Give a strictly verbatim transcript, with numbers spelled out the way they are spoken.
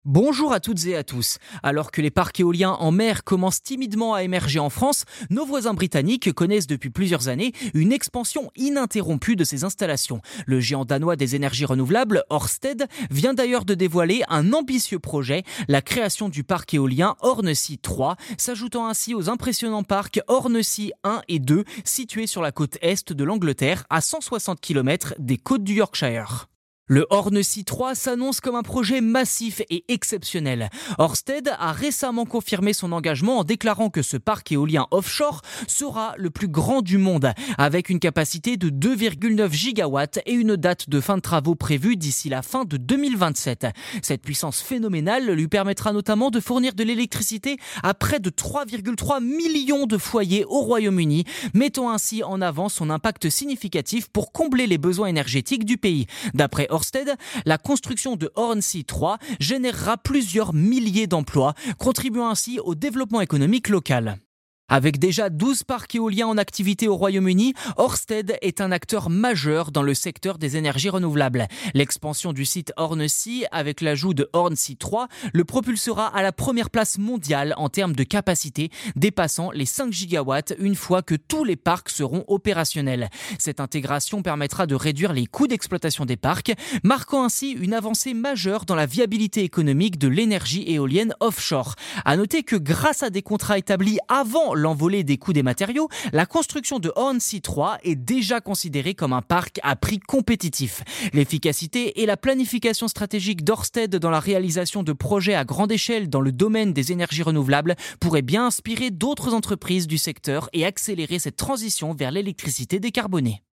Bonjour à toutes et à tous. Alors que les parcs éoliens en mer commencent timidement à émerger en France, nos voisins britanniques connaissent depuis plusieurs années une expansion ininterrompue de ces installations. Le géant danois des énergies renouvelables, Ørsted, vient d'ailleurs de dévoiler un ambitieux projet, la création du parc éolien Hornsea trois, s'ajoutant ainsi aux impressionnants parcs Hornsea un et deux situés sur la côte est de l'Angleterre à cent soixante kilomètres des côtes du Yorkshire. Le Hornsea trois s'annonce comme un projet massif et exceptionnel. Ørsted a récemment confirmé son engagement en déclarant que ce parc éolien offshore sera le plus grand du monde, avec une capacité de deux virgule neuf gigawatts et une date de fin de travaux prévue d'ici la fin de deux mille vingt-sept. Cette puissance phénoménale lui permettra notamment de fournir de l'électricité à près de trois virgule trois millions de foyers au Royaume-Uni, mettant ainsi en avant son impact significatif pour combler les besoins énergétiques du pays. D'après Ørsted, la construction de Hornsea trois générera plusieurs milliers d'emplois, contribuant ainsi au développement économique local. Avec déjà douze parcs éoliens en activité au Royaume-Uni, Ørsted est un acteur majeur dans le secteur des énergies renouvelables. L'expansion du site Hornsea avec l'ajout de Hornsea trois le propulsera à la première place mondiale en termes de capacité, dépassant les cinq gigawatts une fois que tous les parcs seront opérationnels. Cette intégration permettra de réduire les coûts d'exploitation des parcs, marquant ainsi une avancée majeure dans la viabilité économique de l'énergie éolienne offshore. À noter que grâce à des contrats établis avant l'envolée des coûts des matériaux, la construction de Hornsea trois est déjà considérée comme un parc à prix compétitif. L'efficacité et la planification stratégique d'Ørsted dans la réalisation de projets à grande échelle dans le domaine des énergies renouvelables pourraient bien inspirer d'autres entreprises du secteur et accélérer cette transition vers l'électricité décarbonée.